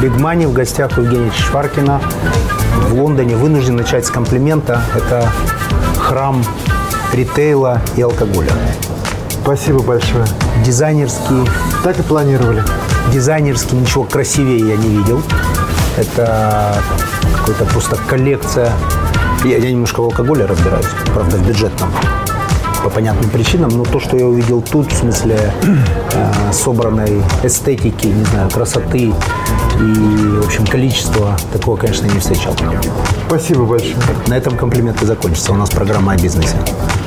Big Money, в гостях у Евгения Чичваркина в Лондоне. Вынужден начать с комплимента. Это храм ритейла и алкоголя. Спасибо большое. Дизайнерский. Так и планировали. Дизайнерский, ничего красивее я не видел. Это какая-то просто коллекция. Я немножко в алкоголе разбираюсь, правда, в бюджетном. По понятным причинам, но то, что я увидел тут, в смысле собранной эстетики, не знаю, красоты и, в общем, количества, такого, конечно, не встречал. Спасибо большое. На этом комплименты закончатся. У нас программа о бизнесе.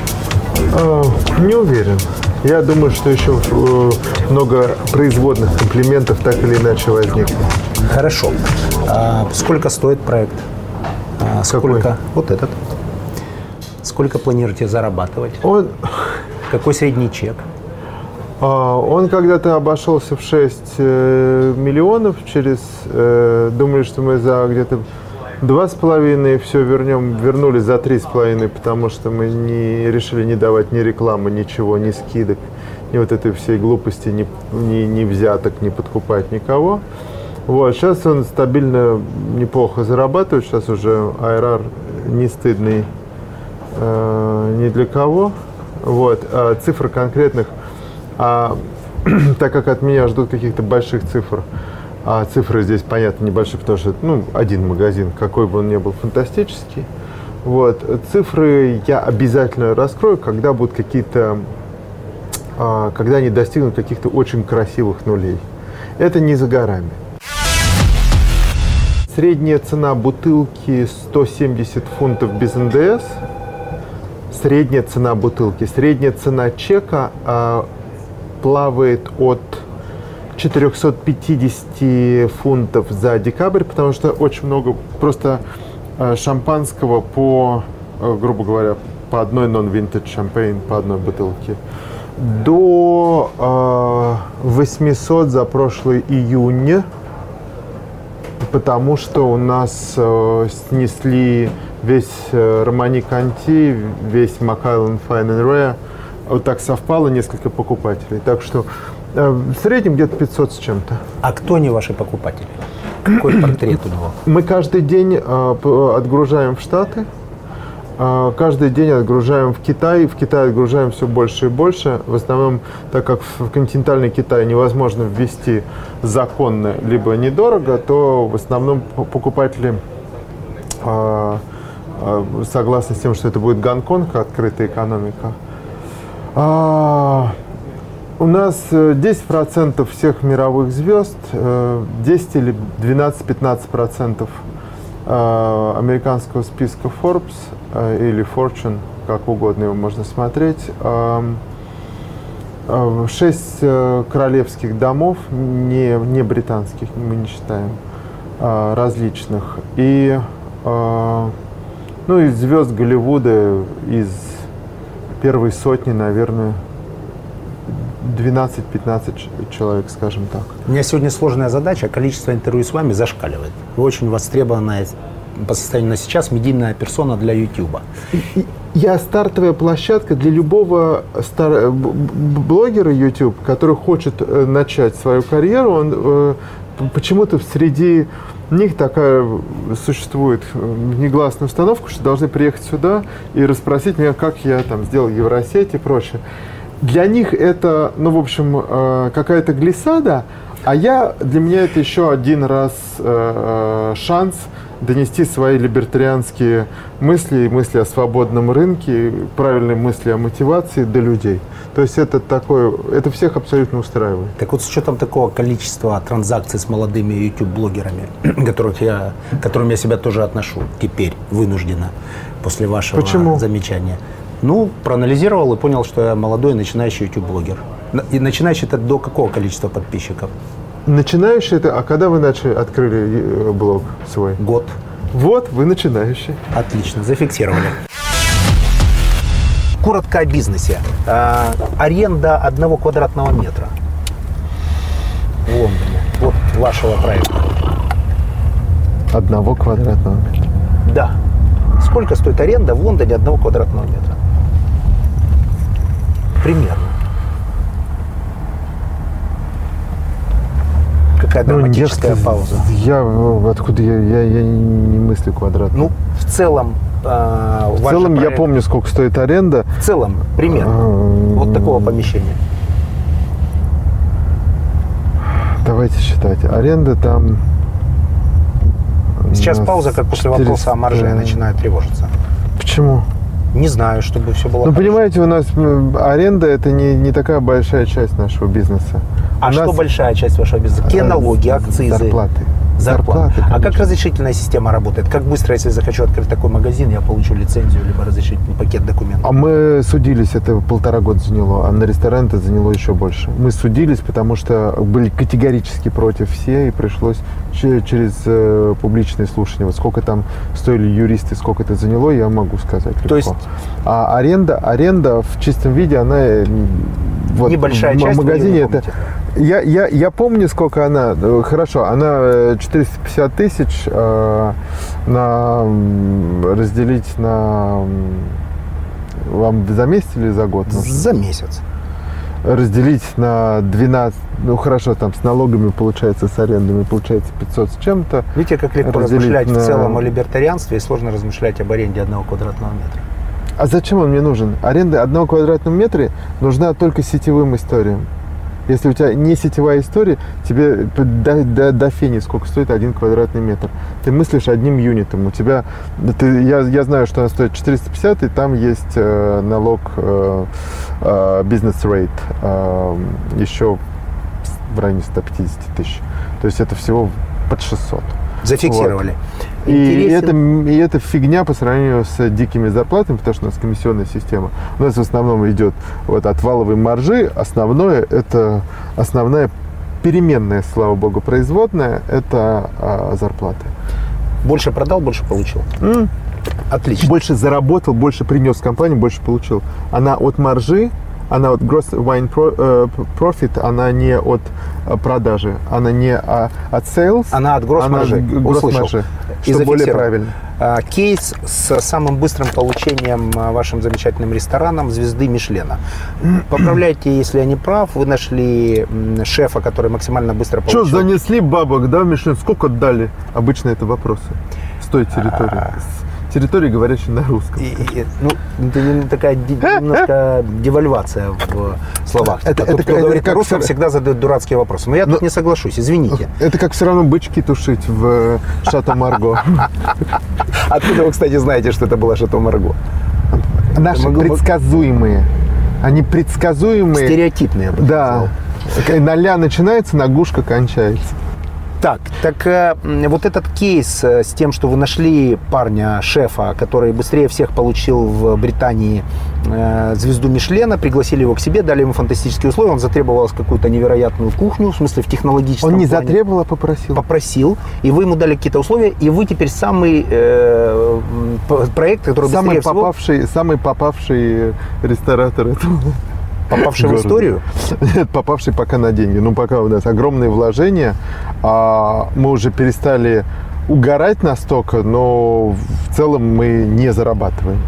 Не уверен. Я думаю, что еще много производных комплиментов так или иначе возникнет. Хорошо. Сколько стоит проект? Сколько? Вот этот. Сколько планируете зарабатывать? Какой средний чек? Он когда-то обошелся в 6 миллионов. Думали, что мы за где-то 2,5 все вернули за 3,5, потому что мы решили не давать ни рекламы, ничего, ни скидок, ни вот этой всей глупости, ни взяток, не подкупать никого. Вот, сейчас он стабильно неплохо зарабатывает. Сейчас уже IRR не стыдный ни для кого. Вот, цифр конкретных, так как от меня ждут каких-то больших цифр, а цифры здесь, понятно, небольшие, потому что один магазин, какой бы он ни был, фантастический. Вот, цифры я обязательно раскрою, когда будут когда они достигнут каких-то очень красивых нулей. Это не за горами. Средняя цена бутылки 170 фунтов без НДС. Средняя цена бутылки. Средняя цена чека плавает от 450 фунтов за декабрь, потому что очень много просто шампанского грубо говоря, по одной non-vintage champagne, по одной бутылке. До 800 за прошлый июнь, потому что у нас снесли весь Романи Конти, весь Macallan Fine and Rare. Вот так совпало несколько покупателей. Так что в среднем где-то 500 с чем-то. А кто они ваши покупатели? Какой портрет у него? Мы каждый день отгружаем в Штаты, каждый день отгружаем в Китай. В Китай отгружаем все больше и больше. В основном, так как в континентальный Китай невозможно ввести законно, либо недорого, то в основном покупатели согласны с тем, что это будет Гонконг, открытая экономика. У нас 10% всех мировых звезд, 10 или 12-15% американского списка Forbes или Fortune, как угодно его можно смотреть, 6 королевских домов, не британских, мы не считаем, различных, и из звезд Голливуда, из первой сотни, наверное, 12-15 человек, скажем так. У меня сегодня сложная задача. Количество интервью с вами зашкаливает. Вы очень востребованная по состоянию на сейчас медийная персона для YouTube. Я стартовая площадка для любого блогера YouTube, который хочет начать свою карьеру. Почему-то среди них такая существует негласная установка, что должны приехать сюда и расспросить меня, как я там сделал Евросеть и прочее. Для них это, какая-то глиссада, для меня это еще один раз шанс донести свои либертарианские мысли о свободном рынке, правильные мысли о мотивации до людей. То есть это всех абсолютно устраивает. Так вот, с учетом такого количества транзакций с молодыми YouTube-блогерами, которым я себя тоже отношу теперь, вынужденно, после вашего замечания. Проанализировал и понял, что я молодой начинающий YouTube-блогер. И начинающий это до какого количества подписчиков? Начинающий это... А когда вы открыли блог свой? Год. Вот, вы начинающий. Отлично, зафиксировали. Коротко о бизнесе. Аренда 1 квадратного метра в Лондоне. Вот вашего проекта. 1 квадратного метра? Да. Сколько стоит аренда в Лондоне 1 квадратного метра? Примерно. такая драматическая пауза. Откуда я не мыслю квадратно. Ну, в целом... В целом я помню, сколько стоит аренда. В целом, примерно. Вот такого помещения. Давайте считать. Аренда там... Сейчас пауза, как после вопроса о марже, я начинаю тревожиться. Почему? Не знаю, чтобы все было хорошо. Понимаете, у нас аренда – это не такая большая часть нашего бизнеса. А что большая часть вашего бизнеса? Какие налоги, акцизы? Зарплаты. А как разрешительная система работает? Как быстро, если захочу открыть такой магазин, я получу лицензию, либо разрешительный пакет документов? А мы судились, это 1,5 года заняло, а на ресторан это заняло еще больше. Мы судились, потому что были категорически против все, и пришлось через публичные слушания. Вот сколько там стоили юристы, сколько это заняло, я могу сказать легко. То есть... А аренда в чистом виде, она... Вот, небольшая часть, в магазине это... Я помню, сколько она... Хорошо, она 450 тысяч разделить на... Вам за месяц или за год? За месяц. Разделить на 12... Ну, хорошо, там с налогами получается, с арендами получается 500 с чем-то. Видите, как легко размышлять в целом о либертарианстве и сложно размышлять об аренде 1 квадратного метра. А зачем он мне нужен? Аренда 1 квадратного метра нужна только сетевым историям. Если у тебя не сетевая история, тебе до фени сколько стоит 1 квадратный метр. Ты мыслишь одним юнитом. У тебя, я знаю, что она стоит 450, и там есть налог бизнес-рейт еще в районе 150 тысяч. То есть это всего под 600. Зафиксировали. Вот. И это фигня по сравнению с дикими зарплатами, потому что у нас комиссионная система. У нас в основном идет вот от валовой маржи. Основная переменная, слава богу, производная – это зарплаты. Больше продал, больше получил. Отлично. Больше заработал, больше принес в компанию, больше получил. Она от маржи, она от gross wine profit, она не от продажи, она не от sales. Она от gross маржи. Услышал. Что более правильно. Кейс с самым быстрым получением вашим замечательным рестораном звезды Мишлена. Поправляйте, если я не прав. Вы нашли шефа, который максимально быстро получил. Что, занесли бабок, да, Мишлен? Сколько отдали? Обычно это вопросы с той территории. Территории, говорящей на русском. Это такая немножко девальвация в словах. Кто говорит на русском, всегда задает дурацкие вопросы. Но я тут не соглашусь, извините. Это как все равно бычки тушить в Шато Марго. Откуда вы, кстати, знаете, что это было Шато Марго? Наши предсказуемые. Они предсказуемые. Стереотипные, я бы сказал. Да. На ля начинается, на гушка кончается. Так вот этот кейс с тем, что вы нашли парня, шефа, который быстрее всех получил в Британии звезду Мишлена, пригласили его к себе, дали ему фантастические условия, он затребовал какую-то невероятную кухню, в смысле в технологическом плане. Он не плане. Затребовал, а попросил. Попросил, и вы ему дали какие-то условия, и вы теперь самый проект, который быстрее всего... Самый попавший ресторатор этого. Попавший в историю? Нет, попавший пока на деньги. Пока у нас огромные вложения, мы уже перестали угорать настолько, но в целом мы не зарабатываем.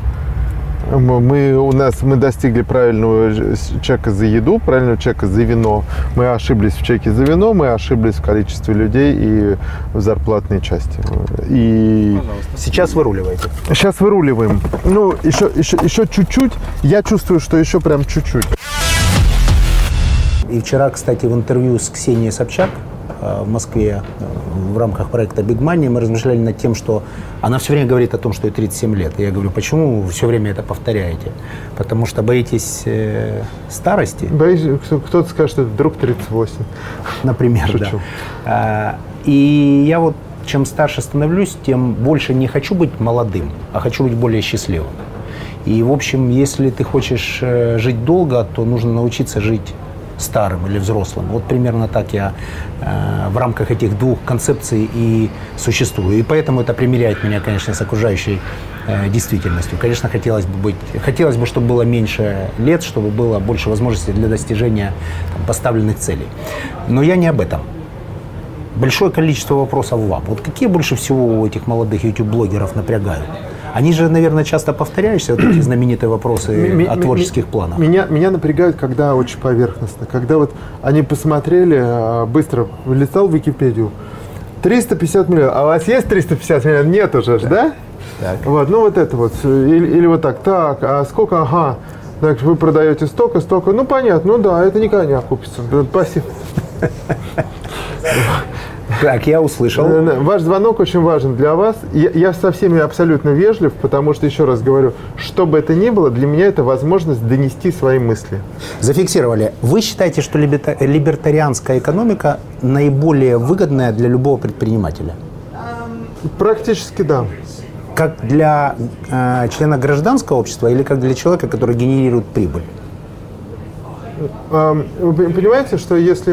Мы достигли правильного чека за еду, правильного чека за вино. Мы ошиблись в чеке за вино, мы ошиблись в количестве людей и в зарплатной части. Сейчас выруливаете? Сейчас выруливаем. Еще чуть-чуть. Я чувствую, что еще прям чуть-чуть. И вчера, кстати, в интервью с Ксенией Собчак в Москве в рамках проекта Big Money мы размышляли над тем, что она все время говорит о том, что ей 37 лет. И я говорю, почему вы все время это повторяете? Потому что боитесь старости? Боюсь, кто-то скажет, что это вдруг 38. Например, Шучу. Да. И я вот чем старше становлюсь, тем больше не хочу быть молодым, а хочу быть более счастливым. И, в общем, если ты хочешь жить долго, то нужно научиться жить старым или взрослым. Вот примерно так я в рамках этих двух концепций и существую. И поэтому это примиряет меня, конечно, с окружающей действительностью. Конечно, хотелось бы, чтобы было меньше лет, чтобы было больше возможностей для достижения поставленных целей. Но я не об этом. Большое количество вопросов вам. Вот какие больше всего у этих молодых YouTube-блогеров напрягают? Они же, наверное, часто повторяются, вот эти знаменитые вопросы о творческих планах. Меня напрягают, когда очень поверхностно. Когда вот они посмотрели, быстро листал в Википедию, 350 миллионов. А у вас есть 350 миллионов? Нет уже, да? Так. Вот, ну вот это вот. Или вот так, а сколько, ага. Так, вы продаете столько. Ну, понятно, ну да, это никогда не окупится. Спасибо. Так, я услышал. Ваш звонок очень важен для вас. Я со всеми абсолютно вежлив, потому что, еще раз говорю, что бы это ни было, для меня это возможность донести свои мысли. Зафиксировали. Вы считаете, что либертарианская экономика наиболее выгодная для любого предпринимателя? Практически да. Как для члена гражданского общества или как для человека, который генерирует прибыль? Вы понимаете, что если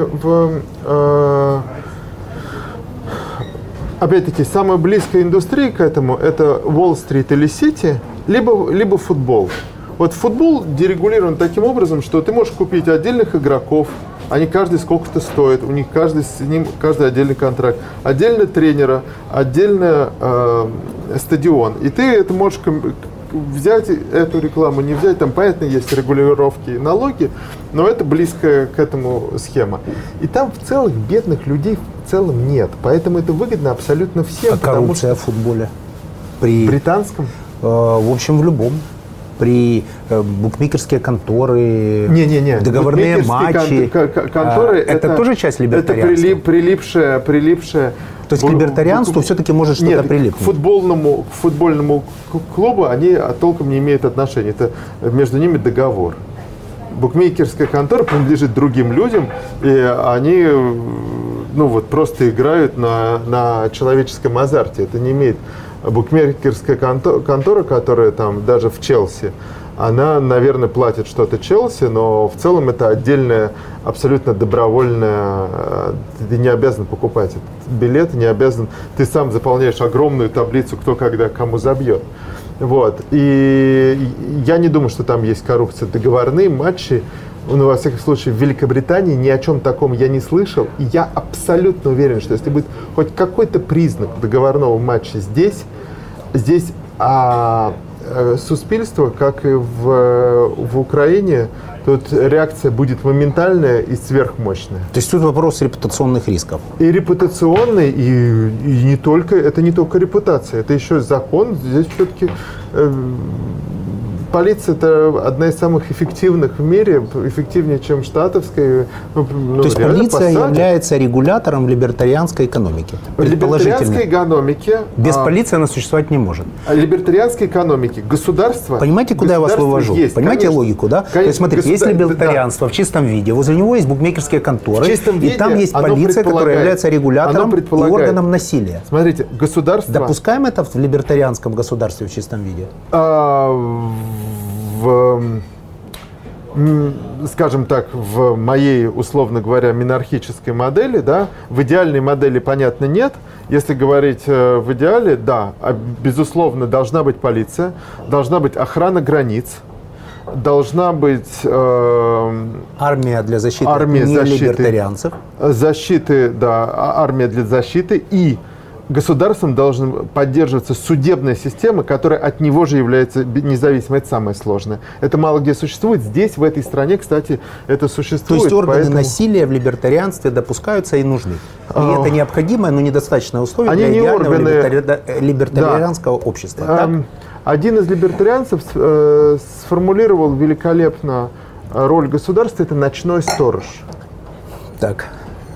опять-таки, самая близкая индустрия к этому – это Уолл-стрит или Сити, либо футбол. Вот футбол дерегулирован таким образом, что ты можешь купить отдельных игроков, они каждый сколько-то стоят, у них каждый отдельный контракт, отдельно тренера, отдельно стадион. И ты это можешь взять эту рекламу, не взять, там, понятно, есть регулировки и налоги, но это близкая к этому схема. И там в целом бедных людей в целом нет, поэтому это выгодно абсолютно всем. А коррупция в футболе? При британском? В общем, в любом. При букмекерские конторы, не. договорные матчи. Конторы это тоже часть либертарианства? Это прилипшая. То есть к либертарианству все-таки может что-то прилипнуть? К футбольному клубу они толком не имеют отношения. Это между ними договор. Букмекерская контора принадлежит другим людям, и они просто играют на человеческом азарте. Это не имеет... Букмекерская контора, которая там даже в Челси, она, наверное, платит что-то Челси, но в целом это отдельная, абсолютно добровольная, ты не обязан покупать этот билет, не обязан, ты сам заполняешь огромную таблицу, кто когда кому забьет. Вот. И я не думаю, что там есть коррупция. Договорные матчи, во всяком случае, в Великобритании ни о чем таком я не слышал. И я абсолютно уверен, что если будет хоть какой-то признак договорного матча здесь суспильство, как и в Украине, тут реакция будет моментальная и сверхмощная. То есть тут вопрос репутационных рисков? И репутационный, и не только, это не только репутация, это еще закон. Здесь все-таки полиция – это одна из самых эффективных в мире, эффективнее, чем штатовская. То есть полиция является регулятором либертарианской экономики? Либертарианской экономики. Без полиции она существовать не может. Либертарианской экономики. Государство. Понимаете, куда я вас вывожу? Есть, понимаете конечно, логику, да? То есть смотрите, есть либертарианство в чистом виде, возле него есть букмекерские конторы, и там есть полиция, которая является регулятором и органом насилия. Смотрите, государство... Допускаем это в либертарианском государстве в чистом виде? Скажем так, в моей, условно говоря, монархической модели, да, в идеальной модели, понятно, нет. Если говорить в идеале, да, безусловно, должна быть полиция, должна быть охрана границ, должна быть армия для защиты либертарианцев. Армия для защиты, и государством должна поддерживаться судебная система, которая от него же является независимой. Это самое сложное. Это мало где существует. Здесь, в этой стране, кстати, это существует. То есть органы насилия в либертарианстве допускаются и нужны. И это необходимое, но недостаточное условие для идеального либертарианского общества. Так? Один из либертарианцев сформулировал великолепно роль государства – это ночной сторож. Так.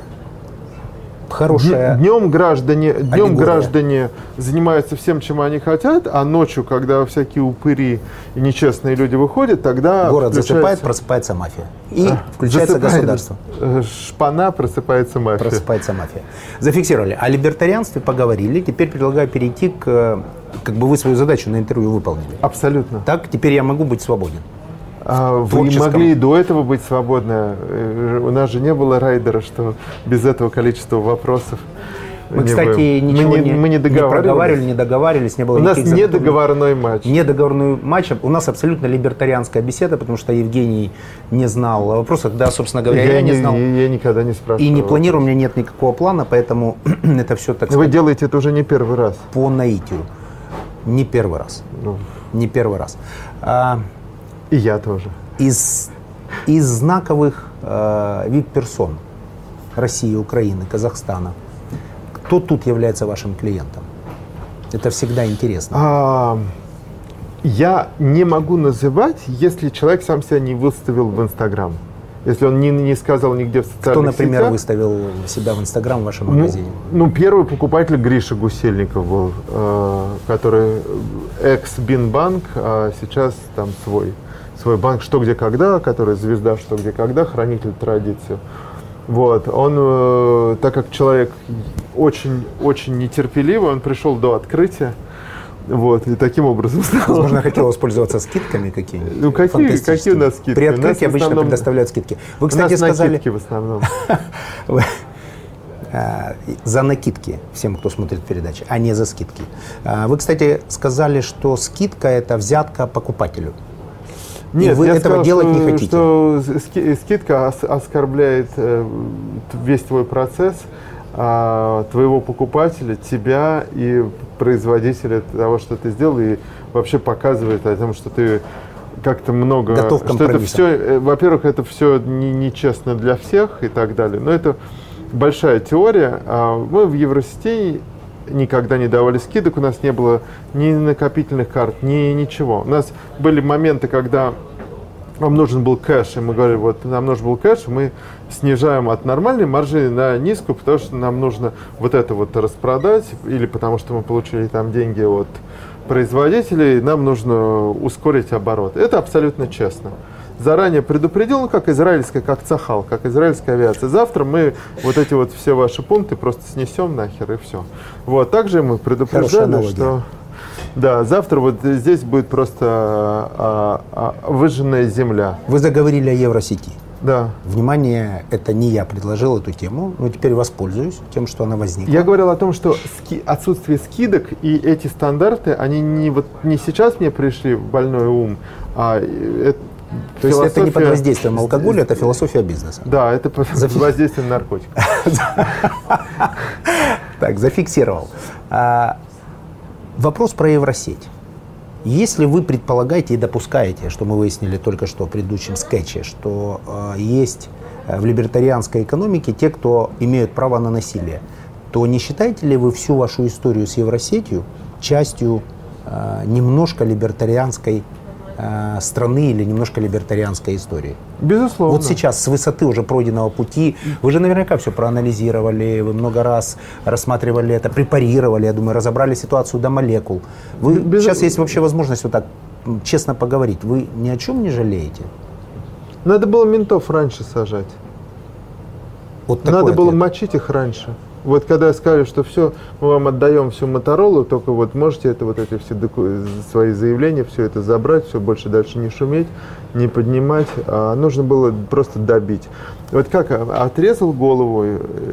Хорошая Днем граждане занимаются всем, чем они хотят, а ночью, когда всякие упыри и нечестные люди выходят, тогда город засыпает, просыпается мафия. И включается государство. Шпана, просыпается мафия. Просыпается мафия. Зафиксировали. О либертарианстве поговорили. Теперь предлагаю перейти к... Как бы вы свою задачу на интервью выполнили. Абсолютно. Так, теперь я могу быть свободен. Вы могли и до этого быть свободны. У нас же не было райдера, что без этого количества вопросов. Мы, кстати, ничего не проговаривали, не договаривались, не было никаких заготовок. У нас недоговорной матч. Недоговорной матч. У нас абсолютно либертарианская беседа, потому что Евгений не знал вопросов, да, собственно говоря, я не знал. Я никогда не спрашивал. И не планирую, у меня нет никакого плана, поэтому это все так сказать. Вы делаете это уже не первый раз. По наитию. Не первый раз. Ну, Не первый раз. и я тоже. Из знаковых вип-персон России, Украины, Казахстана, кто тут является вашим клиентом? Это всегда интересно. Я не могу называть, если человек сам себя не выставил в Инстаграм. Если он не сказал нигде в социальных сетях. Кто, например, выставил себя в Инстаграм в вашем магазине? Ну, первый покупатель Гриша Гусельников был, который экс-Бинбанк, а сейчас там свой банк «Что, где, когда», который звезда «Что, где, когда», хранитель традиции. Вот. Он, так как человек очень нетерпеливый, он пришел до открытия. Вот, и таким образом стал. Возможно, хотел воспользоваться скидками какими-нибудь. Ну, какие у нас скидки? При открытии обычно предоставляют скидки. Вы, кстати, сказали... накидки в основном. За накидки всем, кто смотрит передачи, а не за скидки. Вы, кстати, сказали, что скидка – это взятка покупателю. Нет, вы этого делать не хотите. Что скидка оскорбляет весь твой процесс, твоего покупателя, тебя и производителя того, что ты сделал, и вообще показывает о том, что ты как-то много... Готов к компромиссам. Что это все, во-первых, это все нечестно для всех и так далее, но это большая теория. Мы в Евросети никогда не давали скидок, у нас не было ни накопительных карт, ни ничего. У нас были моменты, когда нам нужен был кэш, и мы говорили, вот нам нужен был кэш, мы снижаем от нормальной маржи на низкую, потому что нам нужно вот это вот распродать, или потому что мы получили там деньги от производителей, нам нужно ускорить оборот. Это абсолютно честно. Заранее предупредил, ну, как израильская, как Цахал, как израильская авиация. Завтра мы вот эти вот все ваши пункты просто снесем нахер, и все. Вот, также мы предупреждали, что... Да, завтра вот здесь будет просто выжженная земля. Вы заговорили о Евросети. Да. Внимание, это не я предложил эту тему, но теперь воспользуюсь тем, что она возникла. Я говорил о том, что отсутствие скидок и эти стандарты, они не сейчас мне пришли в больной ум, а то есть это не под воздействием алкоголя, это философия бизнеса. Да, это под воздействием наркотиков. Так, зафиксировал. Вопрос про Евросеть. Если вы предполагаете и допускаете, что мы выяснили только что в предыдущем скетче, что есть в либертарианской экономике те, кто имеют право на насилие, то не считаете ли вы всю вашу историю с Евросетью частью немножко либертарианской страны или немножко либертарианской истории? Безусловно. Вот сейчас с высоты уже пройденного пути, вы же наверняка все проанализировали, вы много раз рассматривали это, препарировали, я думаю, разобрали ситуацию до молекул. Сейчас есть вообще возможность вот так честно поговорить. Вы ни о чем не жалеете? Надо было ментов раньше сажать. Вот надо было ответ. мочить их раньше. Вот когда сказали, что все, мы вам отдаем всю Моторолу, только вот можете это вот эти все свои заявления, все это забрать, все больше дальше не шуметь, не поднимать, а нужно было просто добить. Вот как отрезал голову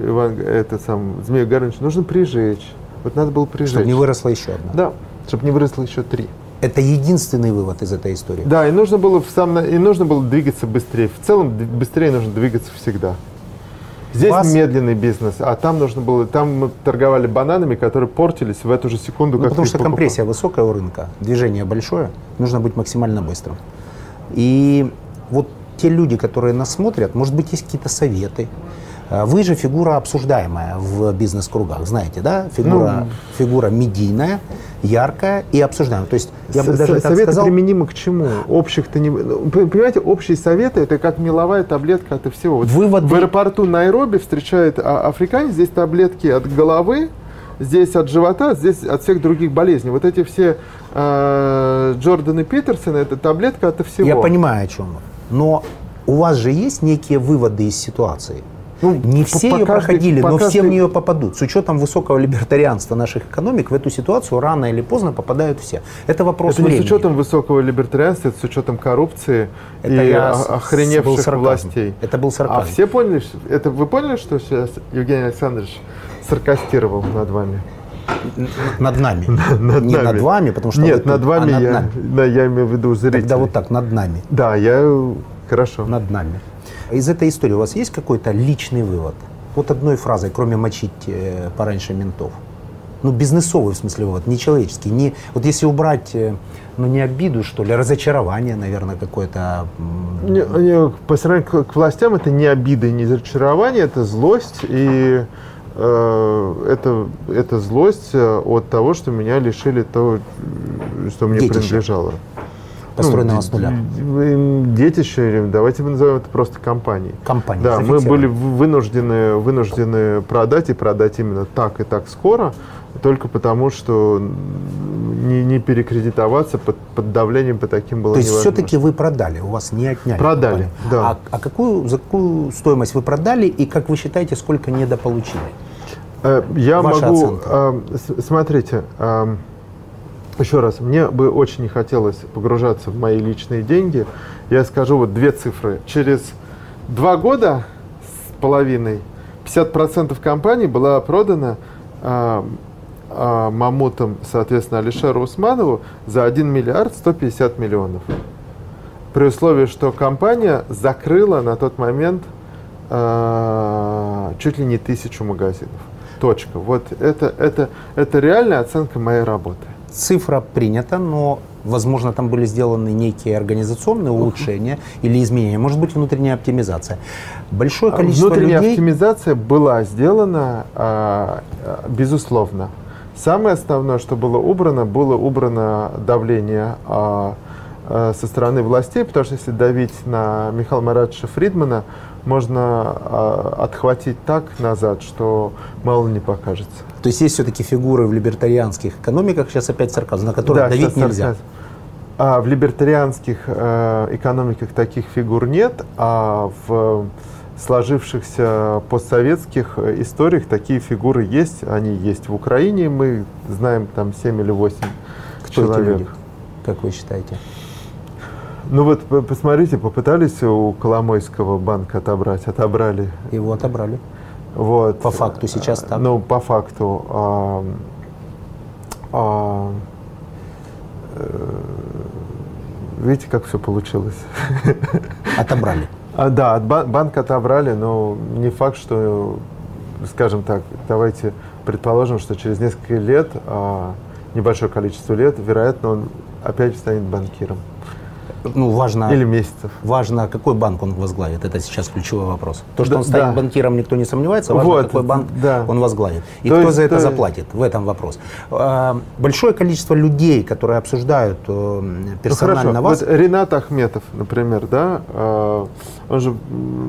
Змею Горынычу, нужно прижечь. Вот надо было прижечь. Чтобы не выросла еще одна. Да, чтобы не выросло еще 3. Это единственный вывод из этой истории. Да, и нужно было двигаться быстрее. В целом быстрее нужно двигаться всегда. Здесь медленный бизнес, а там мы торговали бананами, которые портились в эту же секунду, как потому что компрессия высокая у рынка, движение большое, нужно быть максимально быстрым. И вот те люди, которые нас смотрят, может быть, есть какие-то советы. Вы же фигура обсуждаемая в бизнес-кругах, знаете, да? Фигура медийная, яркая и обсуждаемая. То есть, я бы даже так советы сказал... применимы к чему? Общих-то не... Понимаете, общие советы – это как меловая таблетка от всего. Вот в аэропорту Найроби встречает африканец, здесь таблетки от головы, здесь от живота, здесь от всех других болезней. Вот эти все Джордан и Питерсон – это таблетка от всего. Я понимаю, о чем вы. Но у вас же есть некие выводы из ситуации? Не все ее проходили, но все в нее попадут. С учетом высокого либертарианства наших экономик в эту ситуацию рано или поздно попадают все. Это вопрос времени. Это не с учетом высокого либертарианства, это с учетом коррупции и охреневших властей. Это был сарказм. А все поняли, вы поняли, что сейчас Евгений Александрович саркастировал над вами? Над нами. Не над вами, потому что... Нет, над вами я имею в виду зрителей. Тогда вот так, над нами. Да, хорошо. Над нами. Из этой истории у вас есть какой-то личный вывод? Вот одной фразой, кроме мочить пораньше ментов. Ну, бизнесовый, в смысле, вот, не человеческий. Не, вот если убрать, ну, не обиду, что ли, разочарование, наверное, какое-то. По сравнению к властям, это не обида и не разочарование, это злость. И это злость от того, что меня лишили того, что мне принадлежало. Построенного с нуля. Детище, давайте мы назовем это просто компанией. Компания. Да, мы были вынуждены продать, и продать именно так и так скоро, только потому, что не перекредитоваться под давлением по таким было невозможно. То есть все-таки вы продали, у вас не отняли? Продали, да. А за какую стоимость вы продали, и как вы считаете, сколько недополучили? Я Ваша могу... оценка. Смотрите, еще раз, мне бы очень не хотелось погружаться в мои личные деньги. Я скажу вот две цифры. Через 2 года с половиной 50% компании была продана Мамутом, соответственно, Алишеру Усманову за 1 миллиард 150 миллионов. При условии, что компания закрыла на тот момент чуть ли не 1000 магазинов. Точка. Вот это реальная оценка моей работы. Цифра принята, но, возможно, там были сделаны некие организационные улучшения или изменения, может быть, внутренняя оптимизация. Большое количество Внутренняя людей... оптимизация была сделана, безусловно. Самое основное, что было убрано давление со стороны властей, потому что если давить на Михаила Маратовича Фридмана, можно отхватить так назад, что мало не покажется. То есть есть все-таки фигуры в либертарианских экономиках, сейчас опять сарказм, на которые давить нельзя. В либертарианских экономиках таких фигур нет, а в сложившихся постсоветских историях такие фигуры есть. Они есть в Украине, мы знаем там 7 или 8 человек. Кто эти люди, как вы считаете? Ну вот, посмотрите, попытались у Коломойского банка отобрать, отобрали. Его отобрали. Вот. По факту сейчас так? Ну, по факту. Видите, как все получилось? Отобрали. Да, банк отобрали, но не факт, что, скажем так, давайте предположим, что через несколько лет, небольшое количество лет, вероятно, он опять станет банкиром. Ну, важно, или месяцев. Важно, какой банк он возглавит. Это сейчас ключевой вопрос. То, что он станет банкиром, никто не сомневается. Важно, вот, какой банк он возглавит. И кто за это заплатит. В этом вопрос. Большое количество людей, которые обсуждают персонально вас... Вот Ринат Ахметов, например, да, он же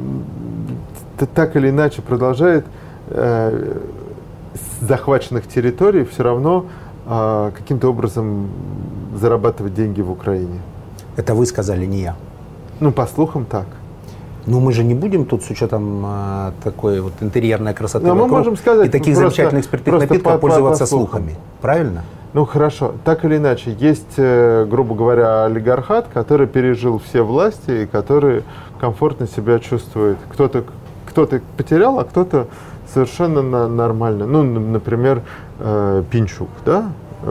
так или иначе продолжает с захваченных территорий все равно каким-то образом зарабатывать деньги в Украине. Это вы сказали, не я. Ну, по слухам, так. Ну, мы же не будем тут с учетом такой вот интерьерной красоты мы можем сказать, и таких замечательных спиртных напитков пользоваться слухами. Правильно? Ну, хорошо. Так или иначе, есть, грубо говоря, олигархат, который пережил все власти и который комфортно себя чувствует. Кто-то потерял, а кто-то совершенно нормально. Ну, например, Пинчук, да?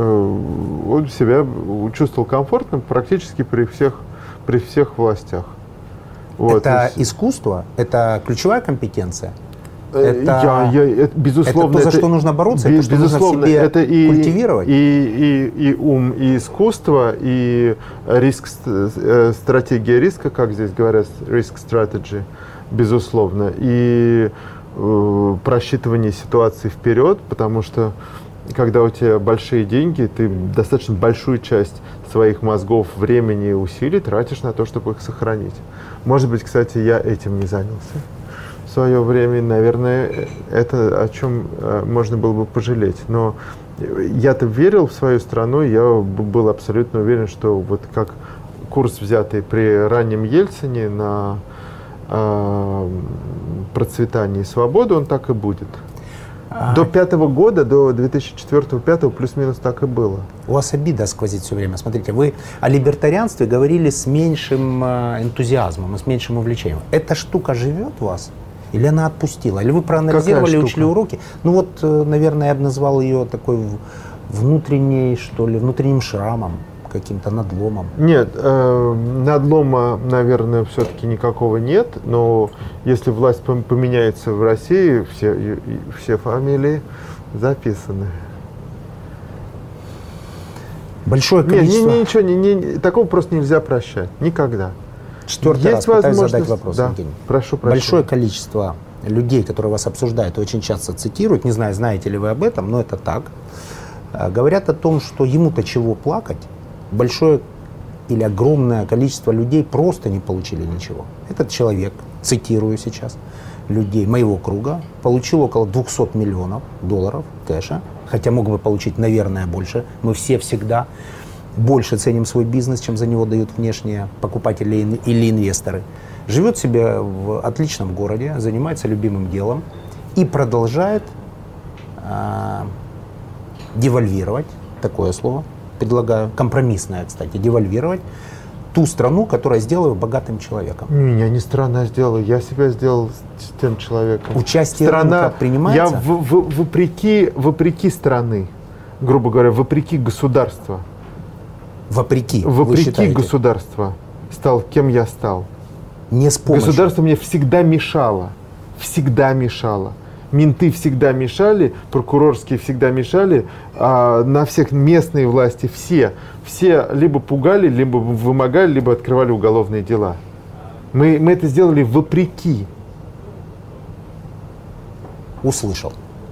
Он себя чувствовал комфортно практически при всех властях. Вот. Это искусство? Это ключевая компетенция? Безусловно, это то, за что нужно бороться, это что нужно в себе это культивировать? И ум, и искусство, и стратегия риска, как здесь говорят, risk strategy, безусловно, и просчитывание ситуации вперед, потому что когда у тебя большие деньги, ты достаточно большую часть своих мозгов, времени и усилий тратишь на то, чтобы их сохранить. Может быть, кстати, я этим не занялся в свое время. Наверное, это о чем можно было бы пожалеть. Но я-то верил в свою страну, я был абсолютно уверен, что вот как курс, взятый при раннем Ельцине на процветание и свободу, он так и будет. До 5-го года, до 2004-2005 плюс-минус так и было. У вас обида сквозит все время. Смотрите, вы о либертарианстве говорили с меньшим энтузиазмом, с меньшим увлечением. Эта штука живет в вас? Или она отпустила? Или вы проанализировали, учли уроки? Ну вот, наверное, я бы назвал ее такой внутренней, что ли, внутренним шрамом, каким-то надломом. Нет, надлома, наверное, все-таки никакого нет, но если власть поменяется в России, все фамилии записаны. Большое количество... Ничего, такого просто нельзя прощать. Никогда. Четвертый раз пытаюсь задать вопрос, да. Евгений. Прошу. Большое количество людей, которые вас обсуждают, очень часто цитируют, не знаю, знаете ли вы об этом, но это так, говорят о том, что ему-то чего плакать, большое или огромное количество людей просто не получили ничего. Этот человек, цитирую сейчас, людей моего круга, получил около $200 миллионов кэша, хотя мог бы получить, наверное, больше. Мы все всегда больше ценим свой бизнес, чем за него дают внешние покупатели или инвесторы. Живет себе в отличном городе, занимается любимым делом и продолжает девальвировать, такое слово предлагаю, компромиссное, кстати, девальвировать ту страну, которая сделала его богатым человеком. Меня не страна сделала, я себя сделал тем человеком. Участие рынка принимается? Я вопреки страны, грубо говоря, вопреки государства. Вопреки государства стал кем я стал. Не с помощью. Государство мне всегда мешало. Менты всегда мешали, прокурорские всегда мешали, на всех местные власти все либо пугали, либо вымогали, либо открывали уголовные дела. Мы это сделали вопреки. Услышал.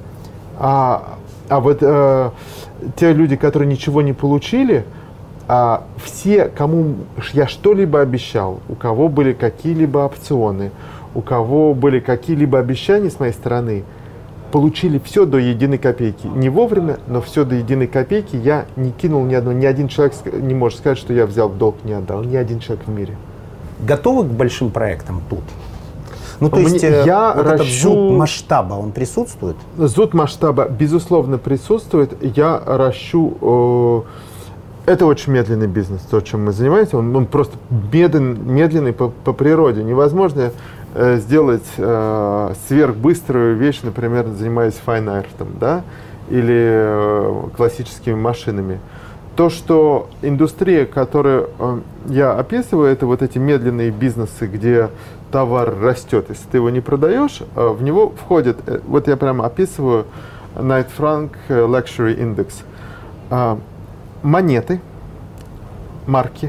Вот те люди, которые ничего не получили, все, кому я что-либо обещал, у кого были какие-либо опционы, у кого были какие-либо обещания с моей стороны, получили все до единой копейки. Не вовремя, но все до единой копейки. Я не кинул ни одного. Ни один человек не может сказать, что я взял в долг, не отдал. Ни один человек в мире. Готовы к большим проектам тут? Ну, то есть этот зуд масштаба, он присутствует? Зуд масштаба, безусловно, присутствует. Я ращу... Это очень медленный бизнес, то, чем мы занимаемся. Он просто медленный по природе. Невозможно сделать сверхбыструю вещь, например, занимаясь fine art, да, или классическими машинами. То, что индустрия, которую я описываю, это вот эти медленные бизнесы, где товар растет. Если ты его не продаешь, в него входит, вот я прямо описываю Knight Frank Luxury Index. Монеты, марки,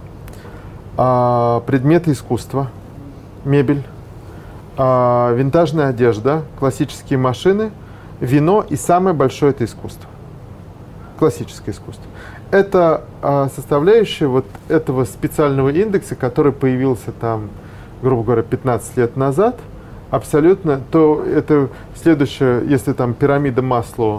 предметы искусства, мебель, винтажная одежда, классические машины, вино и самое большое – это искусство. Классическое искусство. Это составляющая вот этого специального индекса, который появился там, грубо говоря, 15 лет назад. Абсолютно, то это следующее, если там пирамида Маслоу,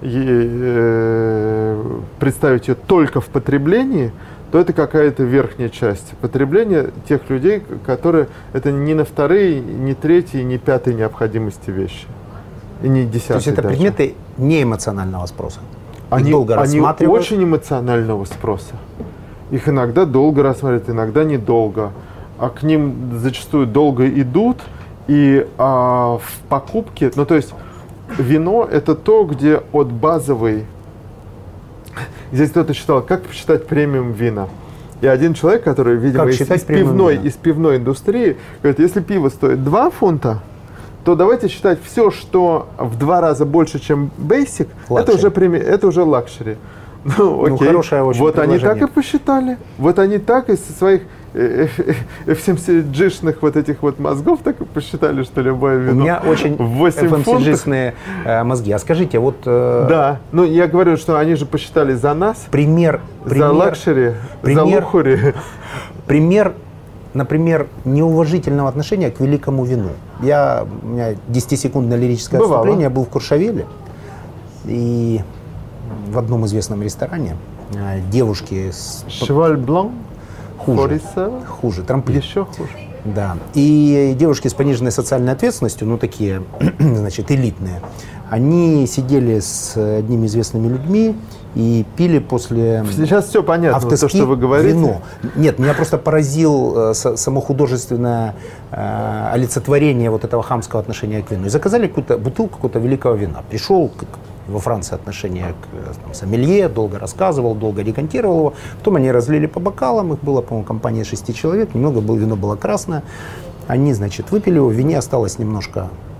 представить ее только в потреблении, то это какая-то верхняя часть потребления тех людей, которые это не на вторые, не третьи, не пятые необходимости вещи. И не десятые. То есть это даже. предметы неэмоционального спроса? Они очень эмоционального спроса. Их иногда долго рассматривают, иногда недолго. А к ним зачастую долго идут. И в покупке, ну то есть вино – это то, где от базовой… Здесь кто-то считал, как посчитать премиум вина. И один человек, который, видимо, из пивной индустрии, говорит, если пиво стоит 2 фунта, то давайте считать все, что в 2 раза больше, чем basic, это уже лакшери. Ну, окей. Хорошее очень вот они так и посчитали. Вот они так из своих FMCG-шных вот этих вот мозгов так и посчитали, что любое вино. У меня очень FMCG-шные мозги. А скажите, вот… Да, ну я говорю, что они же посчитали за нас. За лакшери, за лухари. Пример, например, неуважительного отношения к великому вину. У меня 10-секундное лирическое отступление. Я был в Куршавеле, и в одном известном ресторане девушки с… Шеваль Блан? Хуже, трамплин. Еще хуже. Да. И девушки с пониженной социальной ответственностью, ну такие, значит, элитные, они сидели с одними известными людьми и пили после… Сейчас все понятно, то, что вы говорите. Вино. Нет, меня просто поразил само художественное олицетворение вот этого хамского отношения к вину. И заказали какую-то бутылку какого-то великого вина. Пришел во Франции отношение к сомелье, долго рассказывал, долго декантировал его. Потом они разлили по бокалам, их было, по-моему, компания 6 человек, немного вино было красное. Они, значит, выпили его, в вине осталось немножко,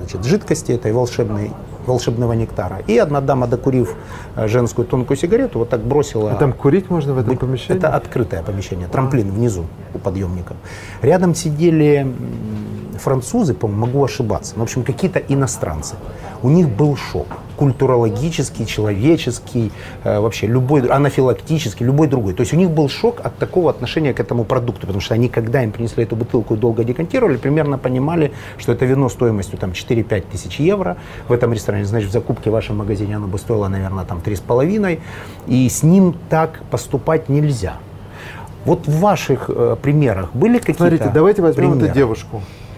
значит, жидкости этой волшебного нектара. И одна дама, докурив женскую тонкую сигарету, вот так бросила... А там курить можно в этом помещении? Это открытое помещение, трамплин внизу у подъемников. Рядом сидели французы, по-моему, могу ошибаться, но, в общем, какие-то иностранцы. У них был шок. Культурологический, человеческий, вообще любой, анафилактический, любой другой. То есть у них был шок от такого отношения к этому продукту, потому что они, когда им принесли эту бутылку и долго декантировали, примерно понимали, что это вино стоимостью там 4-5 тысяч евро в этом ресторане. Значит, в закупке в вашем магазине оно бы стоило, наверное, там 3,5. И с ним так поступать нельзя. Вот в ваших примерах были какие-то Смотрите, давайте возьмем примеры? эту девушку.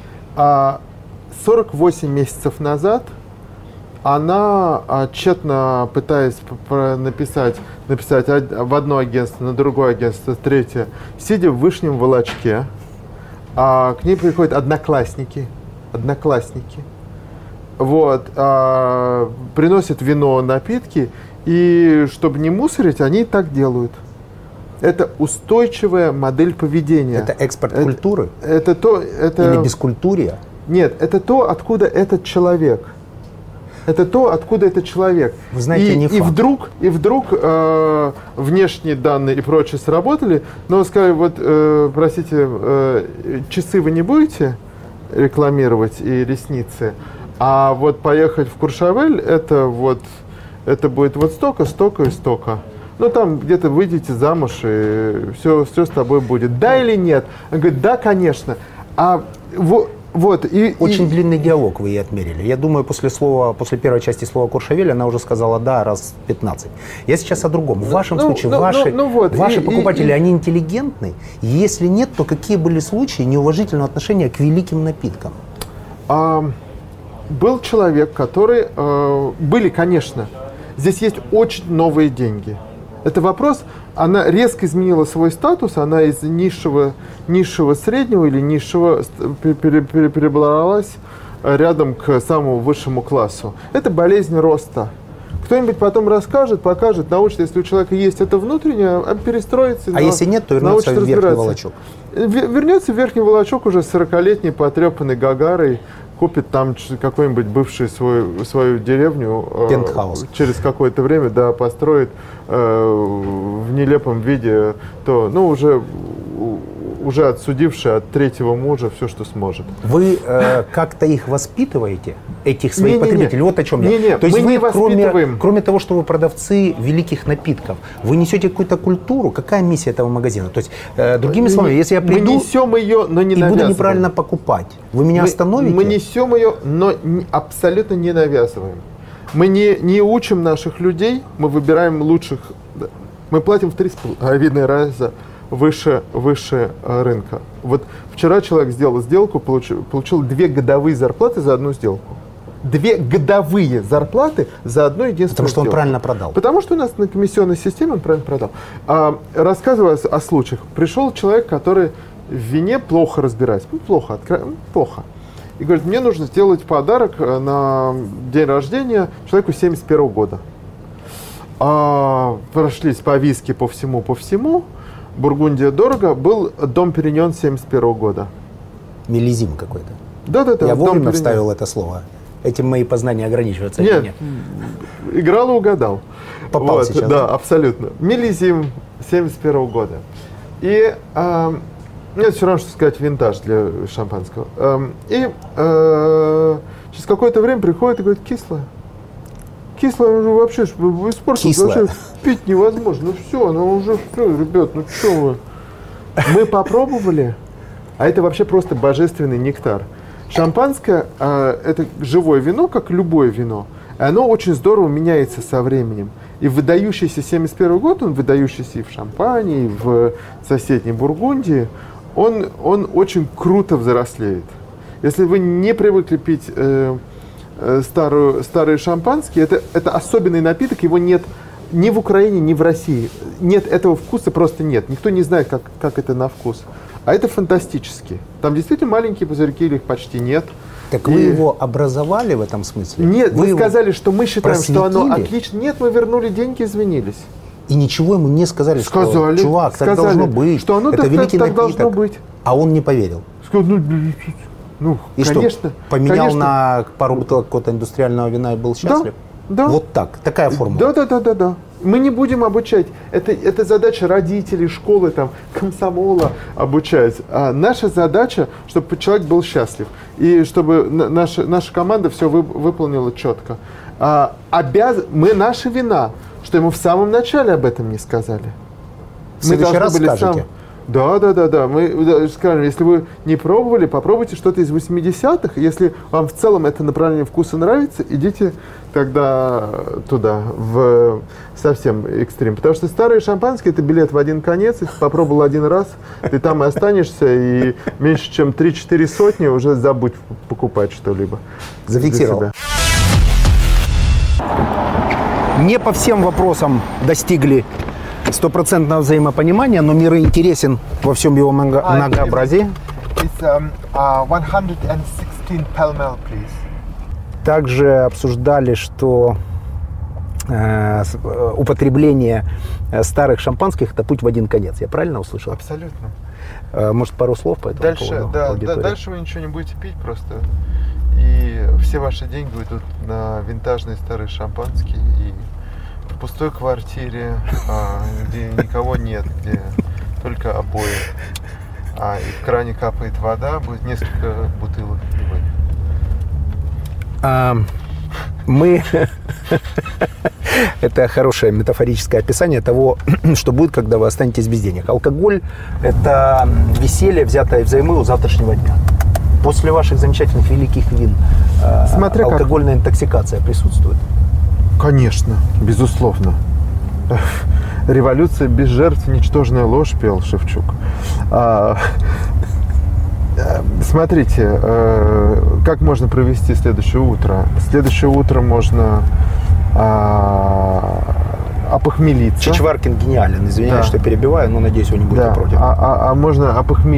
48 месяцев назад она, тщетно пытаясь написать в одно агентство, на другое агентство, третье, сидя в Вышнем Волочке, к ней приходят одноклассники, вот, приносят вино, напитки, и чтобы не мусорить, они и так делают. Это устойчивая модель поведения. Это экспорт культуры? Или бескультурье? Нет, это то, откуда этот человек. Вы знаете, не факт. И вдруг внешние данные и прочее сработали, но сказали, вот, простите, часы вы не будете рекламировать и ресницы, а вот поехать в Куршавель, это будет вот столько и столько. Ну, там где-то выйдете замуж, и все с тобой будет. Да или нет? Он говорит, да, конечно. Очень длинный диалог вы ей отмерили. Я думаю, после первой части слова Куршавель она уже сказала «да» раз 15. Я сейчас о другом. В вашем случае ваши покупатели, они интеллигентны? Если нет, то какие были случаи неуважительного отношения к великим напиткам? Был человек, который... Были, конечно. Здесь есть очень новые деньги. Это вопрос, она резко изменила свой статус, она из низшего среднего или низшего перебралась рядом к самому высшему классу. Это болезнь роста. Кто-нибудь потом расскажет, покажет, научит, если у человека есть это внутреннее, перестроится. Если нет, то вернется в верхний волочок. Вернется в верхний волочок уже с 40-летней потрепанной Гагарой, купит там какой-нибудь бывший свою деревню, пентхаус. Через какое-то время, да, построит в нелепом виде, то, ну, уже отсудивший от третьего мужа все, что сможет. Вы как-то их воспитываете, этих своих потребителей? Вот о чем я. То есть мы не воспитываем. Кроме того, что вы продавцы великих напитков, вы несете какую-то культуру. Какая миссия этого магазина? То есть, другими словами, если я приду мы несем ее, но не и буду неправильно покупать, вы меня остановите? Мы несем ее, но абсолютно не навязываем. Мы не учим наших людей, мы выбираем лучших. Мы платим в 3,5 раза выше рынка. Вот вчера человек сделал сделку, получил 2 годовые зарплаты за одну сделку. 2 годовые зарплаты за одну единственную Потому что сделку. Он правильно продал. Потому что у нас на комиссионной системе он правильно продал. Рассказывая о случаях, пришел человек, который в вине плохо разбирается. Плохо. И говорит, мне нужно сделать подарок на день рождения человеку 71 года. Прошлись по виски, по всему. Бургундия дорого. Был дом Периньон 71 года. Миллизим какой-то. Да. Я вовремя вставил это слово. Этим мои познания ограничиваются. Нет, играл и угадал. Попал сейчас. Да, абсолютно. Миллизим 71 года. И это все равно, что сказать, винтаж для шампанского. И через какое-то время приходит и говорит, кислое. Кислое уже вообще испортилось, вообще пить невозможно. Ну все, оно уже все, ребят, ну что вы. Мы попробовали, а это вообще просто божественный нектар. Шампанское это живое вино, как любое вино. И оно очень здорово меняется со временем. И выдающийся 71 год, он выдающийся и в Шампане, и в соседней Бургундии, он очень круто взрослеет. Если вы не привыкли пить старые шампанские, это особенный напиток, его нет ни в Украине, ни в России. Нет, этого вкуса просто нет. Никто не знает, как это на вкус. А это фантастически. Там действительно маленькие пузырьки, или их почти нет. Так вы его образовали в этом смысле? Нет, вы сказали, что мы считаем, что оно отлично. Нет, мы вернули деньги, извинились. И ничего ему не сказали, что, чувак, так должно быть. Что оно это великий так должно напиток. быть. А он не поверил. Сказал, Ну, И конечно. что, поменял конечно. на пару бутылок какого-то индустриального вина и был счастлив? Да. Вот так, такая формула. Да. Мы не будем обучать. Это задача родителей, школы, там, комсомола обучать. А наша задача, чтобы человек был счастлив. И чтобы наша команда все выполнила четко. Наша вина, что ему в самом начале об этом не сказали. В следующий раз скажете. Да. Мы скажем, если вы не пробовали, попробуйте что-то из 80-х. Если вам в целом это направление вкуса нравится, идите тогда туда, в совсем экстрим. Потому что старые шампанские – это билет в один конец. Если попробовал один раз, ты там и останешься. И меньше чем 3-4 сотни уже забудь покупать что-либо. Зафиксировал. Не по всем вопросам достигли стопроцентного взаимопонимания, но мир интересен во всем его многообразии. 116 Pall Mall, please. Также обсуждали, что употребление старых шампанских – это путь в один конец. Я правильно услышал? Абсолютно. Может, пару слов по этому поводу? Дальше вы ничего не будете пить просто. И все ваши деньги уйдут на винтажные старые шампанские и в пустой квартире, где никого нет, где только обои, и в кране капает вода, будет несколько бутылок пива. Это хорошее метафорическое описание того, что будет, когда вы останетесь без денег. Алкоголь – это веселье, взятое взаймы у завтрашнего дня. После ваших замечательных великих вин алкогольная интоксикация присутствует? Конечно, безусловно. Революция без жертв, ничтожная ложь, пел Шевчук. Смотрите, как можно провести следующее утро? Следующее утро можно опохмелиться. Чичваркин гениален, извиняюсь, что перебиваю, но надеюсь, вы не будете против. Можно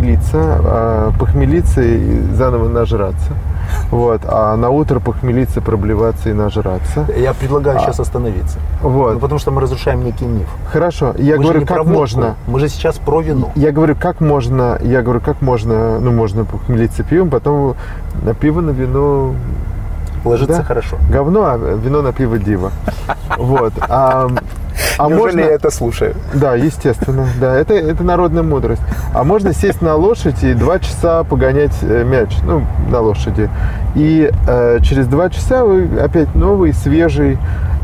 похмелиться и заново нажраться. Вот. А на утро похмелиться, проблеваться и нажраться. Я предлагаю сейчас остановиться. Вот. Ну, потому что мы разрушаем некий миф. Хорошо. Я говорю, как можно. Мы же сейчас про вино. Я говорю, как можно. Ну, можно похмелиться пивом, потом на пиво, на вино. Ложится хорошо. Говно, а вино на пиво диво. Вот. Неужели можно... я это слушаю? Да, естественно. Да, это народная мудрость. А можно сесть на лошадь и 2 часа погонять мяч, на лошади. И через 2 часа вы опять новый, свежий,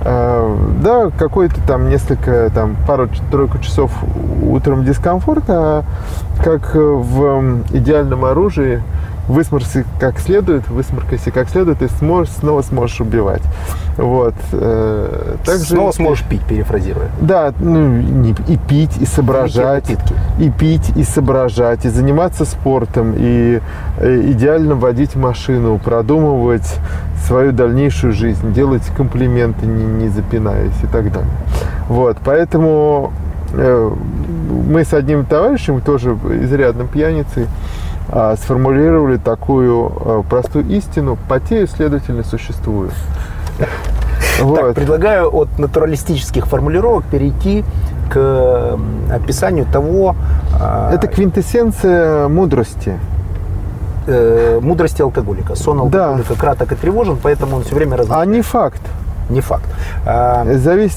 какой-то там пару-тройку часов утром дискомфорта, а как в идеальном оружии высморкайся как следует, и снова сможешь убивать. Вот. Снова сможешь пить, перефразируя. Да, и пить, и соображать, и пить, и соображать, и заниматься спортом, и идеально водить машину, продумывать свою дальнейшую жизнь, делать комплименты, не запинаясь и так далее. Вот, поэтому мы с одним товарищем, тоже изрядным пьяницей, сформулировали такую простую истину: потею, следовательно, существую. Так, предлагаю от натуралистических формулировок перейти к описанию того... Это квинтэссенция мудрости. Мудрости алкоголика. Сон алкоголика краток и тревожен, поэтому он все время размышляет. А не факт. Не факт. Зависит,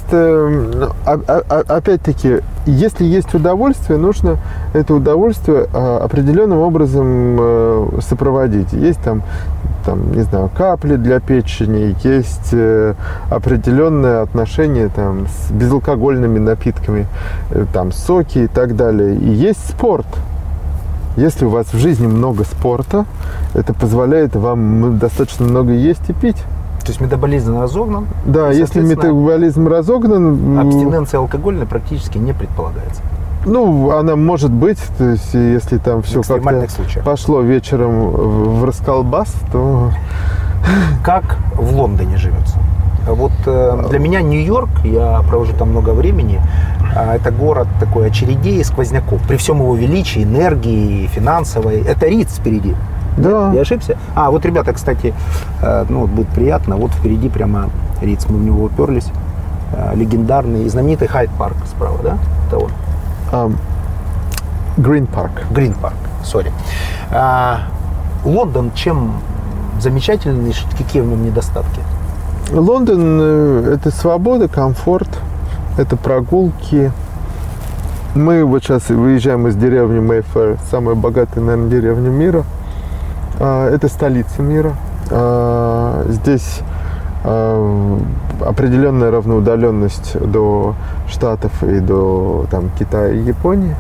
опять-таки, если есть удовольствие, нужно это удовольствие определенным образом сопроводить. Есть там, не знаю, капли для печени, есть определенное отношение там с безалкогольными напитками, там соки и так далее. И есть спорт. Если у вас в жизни много спорта, это позволяет вам достаточно много есть и пить. То есть метаболизм разогнан. Да, если метаболизм разогнан... Абстиненция алкогольная практически не предполагается. Она может быть, то есть если там все как-то пошло вечером в расколбас, то... Как в Лондоне живется? Вот для меня Нью-Йорк, я провожу там много времени, это город такой очередей и сквозняков. При всем его величии, энергии финансовой. Это Риц впереди. Да. Я ошибся? Вот, ребята, кстати, будет приятно. Вот впереди прямо Риц, мы в него уперлись. Легендарный и знаменитый Хайд-парк справа, да? Это он. Грин-парк. Грин-парк, сори. Лондон чем замечательный, какие в нем недостатки? Лондон – это свобода, комфорт, это прогулки. Мы вот сейчас выезжаем из деревни Мэйфэр, самая богатая, наверное, деревня мира. Это столица мира. Здесь определенная равноудаленность до Штатов и до Китая и Японии.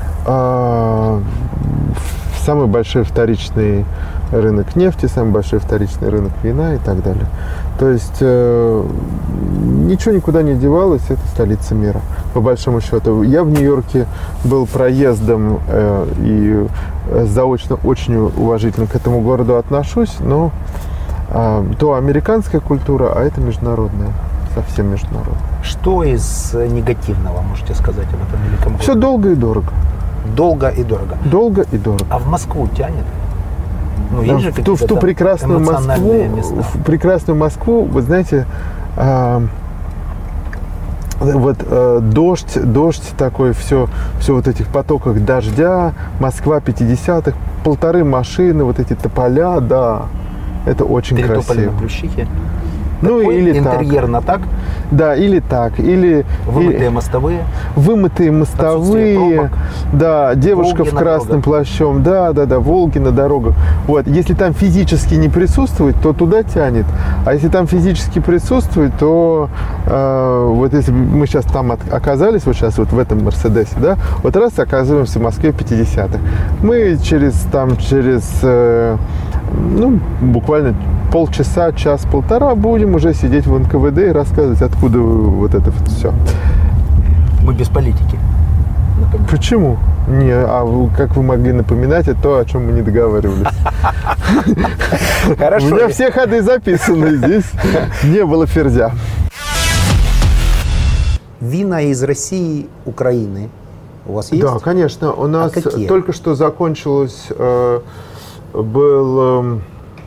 Самый большой вторичный рынок нефти, самый большой вторичный рынок вина и так далее. То есть ничего никуда не девалось, это столица мира, по большому счету. Я в Нью-Йорке был проездом и заочно очень уважительно к этому городу отношусь, но то американская культура, а это международная, совсем международная. Что из негативного можете сказать об этом великом городе? Все долго и дорого. Долго и дорого. Долго и дорого. А в Москву тянет? Ну, есть же в ту прекрасную Москву, вы знаете, дождь такой, все вот этих потоках дождя, Москва 50-х, 1,5 машины, вот эти тополя, да, это очень красиво. На Плющихе. Ну, такой или интерьерно так. Да, или так. Или вымытые мостовые. Вымытые мостовые. Да, девушка Волги в красном плащом. Да, Волги на дорогах. Вот. Если там физически не присутствует, то туда тянет. А если там физически присутствует, то вот если мы сейчас там оказались, вот сейчас вот в этом Мерседесе, да, вот раз оказываемся в Москве в 50-х. Мы через буквально полчаса, час-полтора будем уже сидеть в НКВД и рассказывать, откуда вот это вот все. Мы без политики. Напоминаю. Почему? Как вы могли напоминать, это то, о чем мы не договаривались. Хорошо. У меня все ходы записаны, здесь не было ферзя. Вина из России, Украины у вас есть? Да, конечно. У нас только что закончилось, был...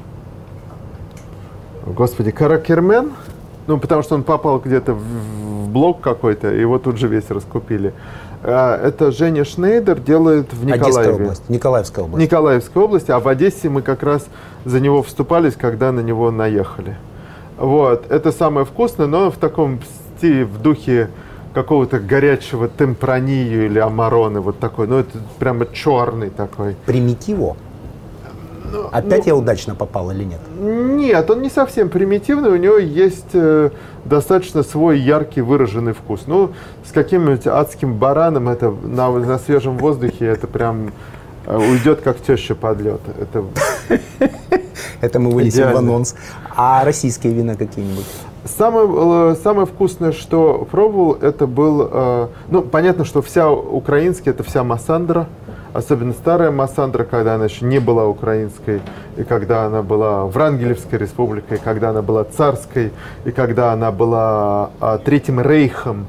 Господи, Каракермен, потому что он попал где-то в блок какой-то, и его тут же весь раскупили. Это Женя Шнейдер делает в Николаеве. Николаевская область. Николаевская область, а в Одессе мы как раз за него вступались, когда на него наехали. Вот, это самое вкусное, но в таком стиле, в духе какого-то горячего темпранию или амароны, вот такой, это прямо черный такой. Примитиво? Опять я удачно попал или нет? Нет, он не совсем примитивный, у него есть достаточно свой яркий выраженный вкус. С каким-нибудь адским бараном это на свежем воздухе это прям уйдет как теща под лед. Это мы вынесем в анонс. А российские вина какие-нибудь? Самое вкусное, что пробовал, это был... понятно, что вся украинская, это вся Массандра. Особенно старая Массандра, когда она еще не была украинской, и когда она была Врангелевской республикой, и когда она была царской, и когда она была Третьим рейхом.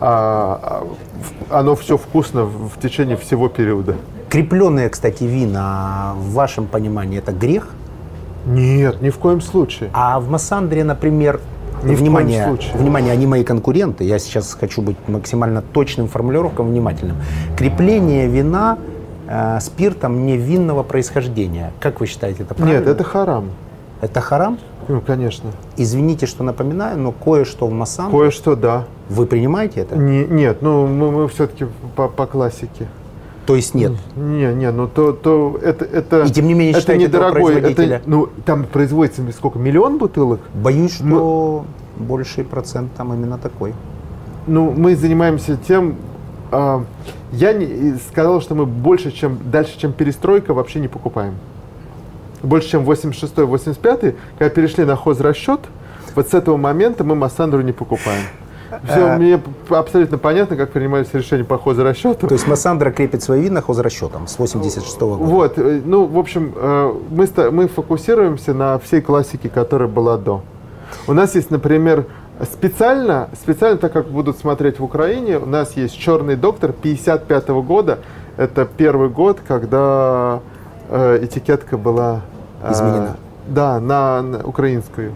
Оно все вкусно в течение всего периода. Крепленные, кстати, вина, в вашем понимании, это грех? Нет, ни в коем случае. А в Массандре, например, внимание, они мои конкуренты, я сейчас хочу быть максимально точным формулировкам, внимательным. Крепление вина спиртом не винного происхождения. Как вы считаете, это правильно? Нет, это харам. Это харам? Конечно. Извините, что напоминаю, но кое-что в Массандре... Кое-что, да. Вы принимаете это? Нет, мы все-таки по классике. То есть нет? Это... И тем не менее считаете этого производителя? Там производится сколько, 1 миллион бутылок? Боюсь, что больший процент там именно такой. Мы занимаемся тем... Я сказал, что мы дальше, чем перестройка, вообще не покупаем. Больше, чем 86-й, 85-й, когда перешли на хозрасчет, вот с этого момента мы Массандру не покупаем. Все, мне абсолютно понятно, как принимались решения по хозрасчету. То есть Массандра крепит свои вина хозрасчетом с 86-го года? Вот, в общем, мы фокусируемся на всей классике, которая была до. У нас есть, например, специально, так как будут смотреть в Украине, у нас есть «Черный доктор» 55-го года. Это первый год, когда этикетка была... изменена. Да, на украинскую.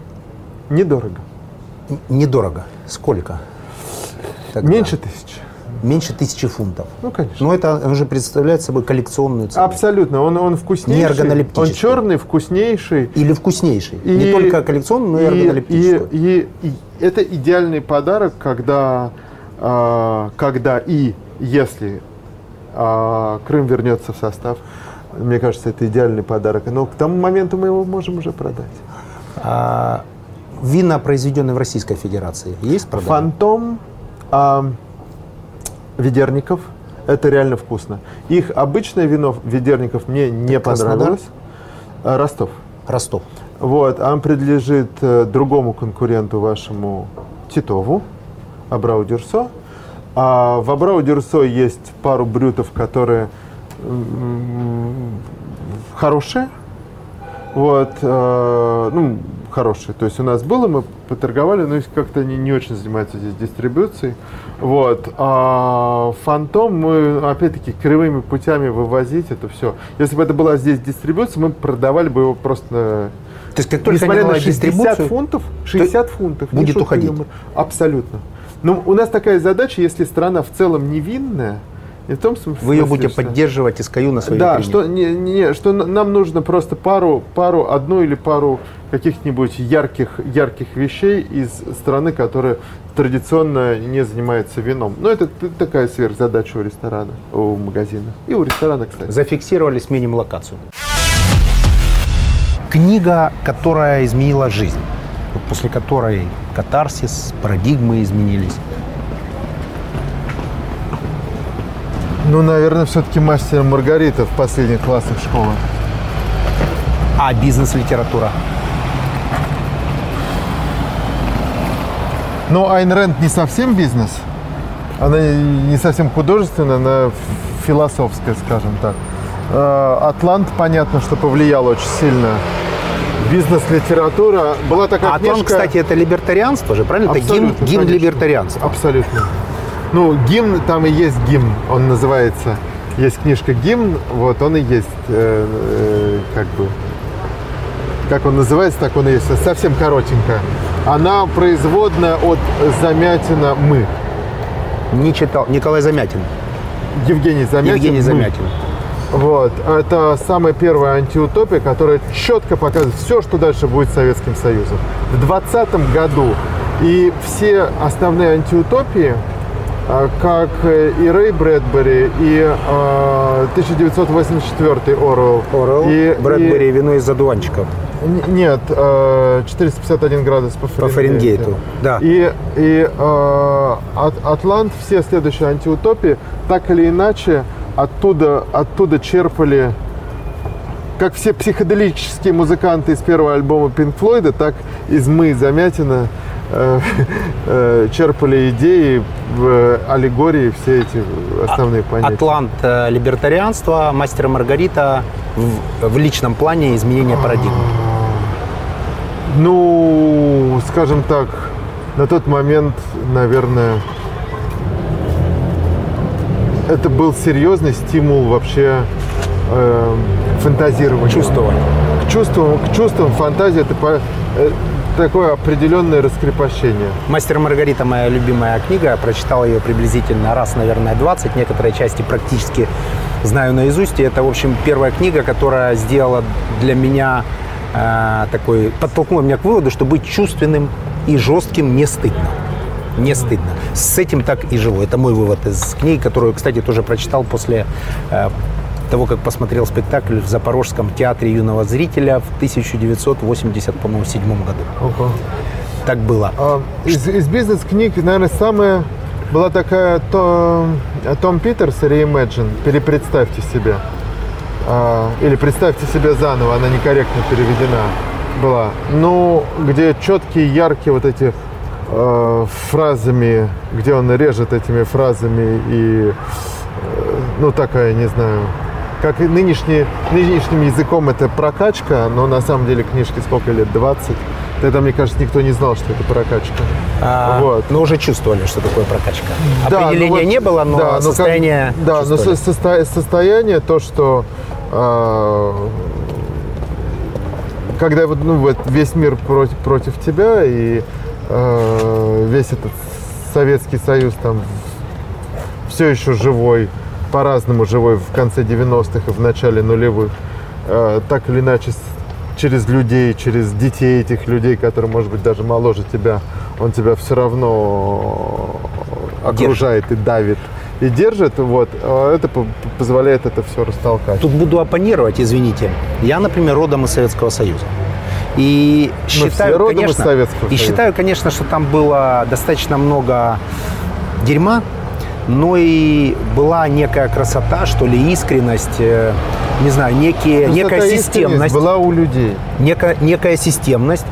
Недорого. Недорого. Сколько? Тогда? Меньше 1000. Меньше 1000 фунтов. Ну, конечно. Но это он же представляет собой коллекционную цену. Абсолютно. Он вкуснейший. Не эргономептический. Он черный, вкуснейший. Или вкуснейший. Не только коллекционный, но и эргономептический. И это идеальный подарок, когда и если Крым вернется в состав. Мне кажется, это идеальный подарок. Но к тому моменту мы его можем уже продать. Вина, произведенные в Российской Федерации, есть продажа? Фантом, Ведерников. Это реально вкусно. Их обычное вино Ведерников мне не понравилось. Ростов. Ростов. Вот, он принадлежит другому конкуренту вашему, Титову, Абрау Дюрсо. А в Абрау Дюрсо есть пару брютов, которые хорошие. Вот, хорошие. То есть у нас было, мы поторговали, но как-то они не очень занимаются здесь дистрибуцией. Вот. А Фантом мы, опять-таки, кривыми путями вывозить это все. Если бы это была здесь дистрибуция, мы продавали бы его просто... То есть как только несмотря на 60 фунтов, 60 фунтов будет уходить. Абсолютно. Но у нас такая задача, если страна в целом невинная, и в том смысле, вы ее будете поддерживать SKU на своей витрине. Да, что нам нужно просто одну или пару каких-нибудь ярких вещей из страны, которая традиционно не занимается вином. Но это такая сверхзадача у ресторана, у магазина. И у ресторана, кстати. Зафиксировали, сменим локацию. Книга, которая изменила жизнь, после которой катарсис, парадигмы изменились. Ну, наверное, все-таки «Мастер и Маргарита» в последних классах школы. А бизнес-литература? Ну, Айн Рэнд не совсем бизнес. Она не совсем художественная, она философская, скажем так. «Атлант», понятно, что повлиял очень сильно. Бизнес-литература. Была такая книжка... «Атлант», кстати, это либертарианство же, правильно? Абсолютно, это гимн либертарианства. Абсолютно. Ну, гимн, там и есть гимн, он называется. Есть книжка «Гимн», вот он и есть, как он называется, так он и есть, совсем коротенько. Она производная от Замятина «Мы». Не читал. Николай Замятин. Евгений Замятин. Вот. Это самая первая антиутопия, которая четко показывает все, что дальше будет с Советским Союзом. В 2020 году и все основные антиутопии, как и Рэй Брэдбери, и 1984 Оруэлл. И Брэдбери «Вино из одуванчиков». Нет, 451 градус по Фаренгейту. Да. И «Атлант», все следующие антиутопии, так или иначе, оттуда черпали, как все психоделические музыканты из первого альбома Пинк Флойда, так из «Мы» Замятина черпали идеи, аллегории, все эти основные понятия. «Атлант» — либертарианство, «Мастер и Маргарита» в личном плане изменение парадигмы. Ну, скажем так, на тот момент, наверное, это был серьезный стимул вообще фантазирования. Чувствование. К чувствам фантазии это такое определенное раскрепощение. «Мастер и Маргарита» — моя любимая книга. Прочитал ее приблизительно раз, наверное, 20. Некоторые части практически знаю наизусть. И это, в общем, первая книга, которая сделала для меня подтолкнула меня к выводу, что быть чувственным и жестким не стыдно. Не стыдно. С этим так и живу. Это мой вывод из книги, которую, кстати, тоже прочитал после того, как посмотрел спектакль в Запорожском театре юного зрителя в 1987 году. Ого. Так было. Из бизнес-книг, наверное, самая была такая Том Питерс «Reimagine», «Перепредставьте себе». Или «Представьте себе заново», она некорректно переведена была. Ну, где четкие, яркие вот эти фразами, где он режет этими фразами и, ну, такая, не знаю, как и нынешним языком это прокачка, но на самом деле книжке сколько лет, 20. Тогда, мне кажется, никто не знал, что это прокачка. Вот. Но уже чувствовали, что такое прокачка. Да, определения не было, но да, состояние чувствовали. Но состояние, то, что когда весь мир против тебя, и весь этот Советский Союз там все еще живой, по-разному живой в конце 90-х и в начале нулевых. Так или иначе, через людей, через детей этих людей, которые, может быть, даже моложе тебя, он тебя все равно окружает и давит. И держит, вот, это позволяет это все растолкать. Тут буду оппонировать, извините. Я, например, родом из Советского Союза. И считаю, конечно, что там было достаточно много дерьма, но и была некая красота, что ли, искренность, не знаю, некая системность. Была у людей. Некая системность.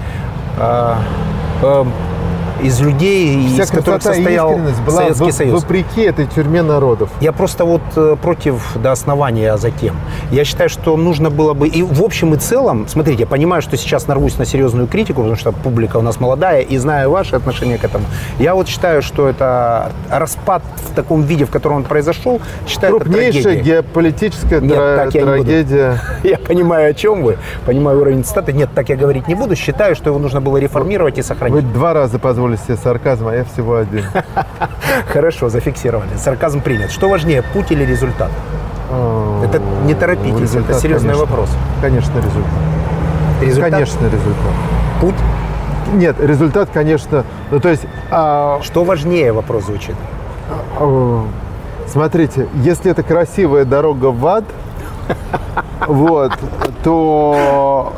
Из людей, вся из которых состоял Советский Союз. Вопреки этой тюрьме народов. Я просто вот против до основания затем. Я считаю, что нужно было бы... И в общем и целом, смотрите, я понимаю, что сейчас нарвусь на серьезную критику, потому что публика у нас молодая, и знаю ваше отношение к этому. Я вот считаю, что это распад в таком виде, в котором он произошел, считаю, крупнейшая геополитическая трагедия. Я понимаю, о чем вы, понимаю уровень цитаты. Нет, так я говорить не буду. Считаю, что его нужно было реформировать и сохранить. Вы 2 раза позволили себе сарказм, а я всего 1. Хорошо, зафиксировали. Сарказм принят. Что важнее, путь или результат? Это не торопитесь, результат, это серьезный вопрос. Конечно, результат. Конечно, результат. Путь? Нет, результат, конечно. Ну, то есть... Что важнее, вопрос звучит? Смотрите, если это красивая дорога в ад, вот, то...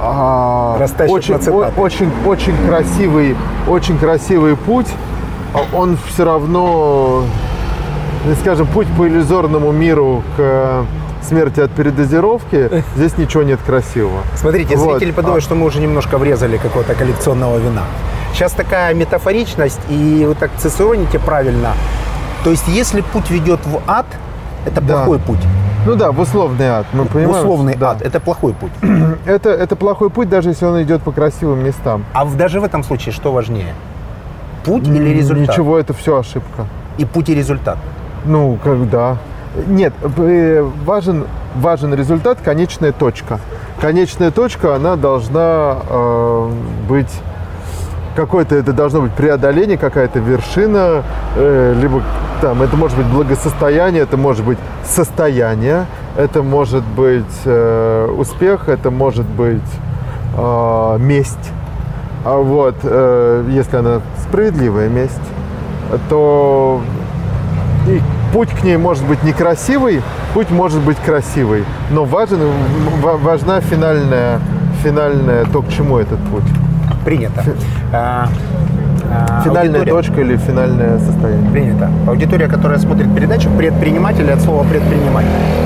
очень красивый путь, он все равно, скажем, путь по иллюзорному миру к смерти от передозировки, здесь ничего нет красивого. Смотрите, зрители подумают, что мы уже немножко врезали какого-то коллекционного вина. Сейчас такая метафоричность, и вы так цензурируете правильно. То есть, если путь ведет в ад, это плохой путь. Ну да, в условный ад, мы понимаем. Условный ад, это плохой путь. Это плохой путь, даже если он идет по красивым местам. А даже в этом случае что важнее? Путь или результат? Ничего, это все ошибка. И путь, и результат? Ну, когда? Нет, важен результат, конечная точка. Конечная точка, она должна быть... это должно быть преодоление, какая-то вершина, либо там, это может быть благосостояние, это может быть состояние, это может быть успех, это может быть месть. Вот, если она справедливая месть, то и путь к ней может быть некрасивый, путь может быть красивый, но важна финальная, то, к чему этот путь. Принято. Финальная точка или финальное состояние. Принято. Аудитория, которая смотрит передачу, предприниматели от слова предприниматель.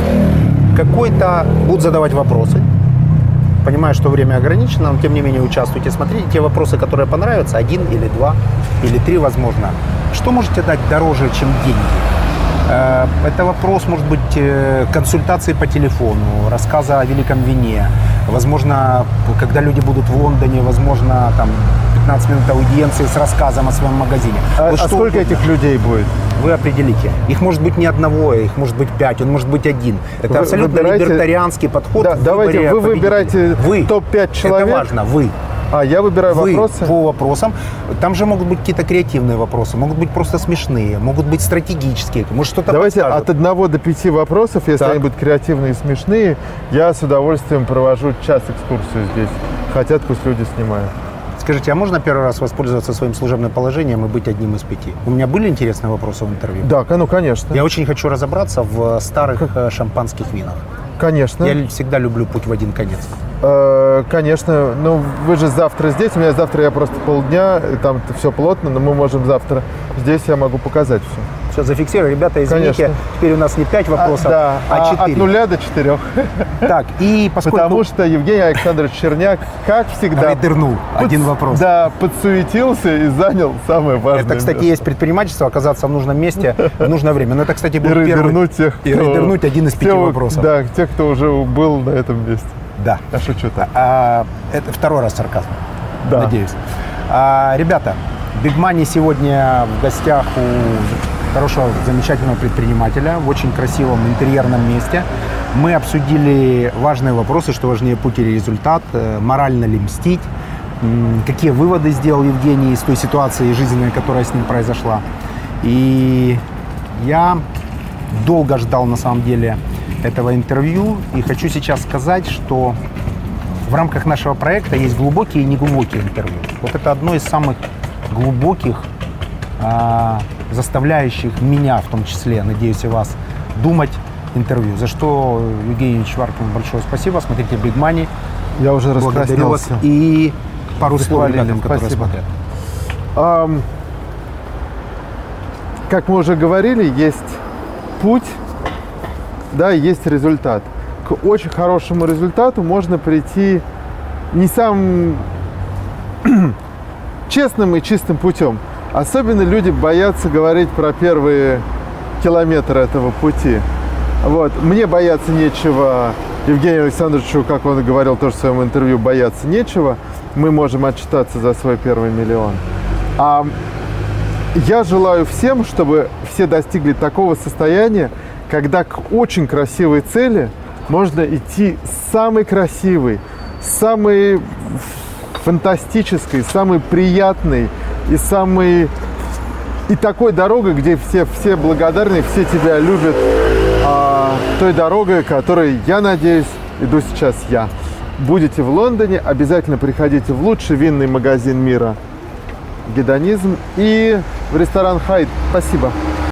Будут задавать вопросы. Понимаю, что время ограничено, но тем не менее участвуйте. Смотрите те вопросы, которые понравятся. 1 или 2 или 3, возможно. Что можете дать дороже, чем деньги? Это вопрос, может быть, консультации по телефону, рассказа о великом вине. Возможно, когда люди будут в Лондоне, возможно, там 15 минут аудиенции с рассказом о своем магазине. Сколько этих людей будет? Вы определите. Их может быть не одного, их может быть 5, он может быть 1. Это абсолютно либертарианский подход. Да, давайте вы выбираете топ-5 человек. Это важно, вы. Я выбираю вопросы? По вопросам. Там же могут быть какие-то креативные вопросы, могут быть просто смешные, могут быть стратегические, может что-то Давайте подскажут. От 1 до 5 вопросов, если они будут креативные и смешные, я с удовольствием провожу час экскурсию здесь. Хотят, пусть люди снимают. Скажите, а можно первый раз воспользоваться своим служебным положением и быть одним из 5? У меня были интересные вопросы в интервью? Да, ну конечно. Я очень хочу разобраться в старых шампанских винах. Конечно. Я всегда люблю путь в один конец. Конечно. Ну, вы же завтра здесь. У меня завтра я просто полдня, там все плотно, но мы можем завтра. Здесь я могу показать все. Все, зафиксирую. Ребята, извините, конечно. Теперь у нас не 5 вопросов, а 4. От 0 до 4. Так, и поскольку... Потому что Евгений Александрович Черняк, как всегда... Придырнул один вопрос. Да, подсуетился и занял самое важное Это, кстати, место. Есть предпринимательство, оказаться в нужном месте в нужное время. Но это, кстати, будет райдернуть один из 5 вопросов. Да, те, кто уже был на этом месте. Да. Я шучу так. Это второй раз сарказм. Да. Надеюсь. Ребята, Big Money сегодня в гостях у хорошего, замечательного предпринимателя в очень красивом интерьерном месте. Мы обсудили важные вопросы, что важнее путь или результат, морально ли мстить, какие выводы сделал Евгений из той ситуации жизненной, которая с ним произошла. И Я долго ждал, на самом деле, этого интервью. И хочу сейчас сказать, что в рамках нашего проекта есть глубокие и неглубокие интервью. Вот это одно из самых глубоких, заставляющих меня, в том числе, надеюсь, и вас, думать интервью. За что Евгений Чваркин большое спасибо. Смотрите Big Money. Я уже Благодарю вас. раскраснелся. И пару слов ребятам, которые Спасибо. смотрят. Как мы уже говорили, есть путь, да, есть результат. К очень хорошему результату можно прийти не самым честным и чистым путем. Особенно люди боятся говорить про первые километры этого пути. Вот. Мне бояться нечего. Евгению Александровичу, как он говорил тоже в своем интервью, бояться нечего. Мы можем отчитаться за свой первый миллион. А я желаю всем, чтобы все достигли такого состояния, когда к очень красивой цели можно идти самой красивой, самой фантастической, самой приятной и такой дорогой, где все благодарны, все тебя любят, той дорогой, которой, я надеюсь, иду сейчас я. Будете в Лондоне, обязательно приходите в лучший винный магазин мира «Гедонизм» и в ресторан «Хайд». Спасибо.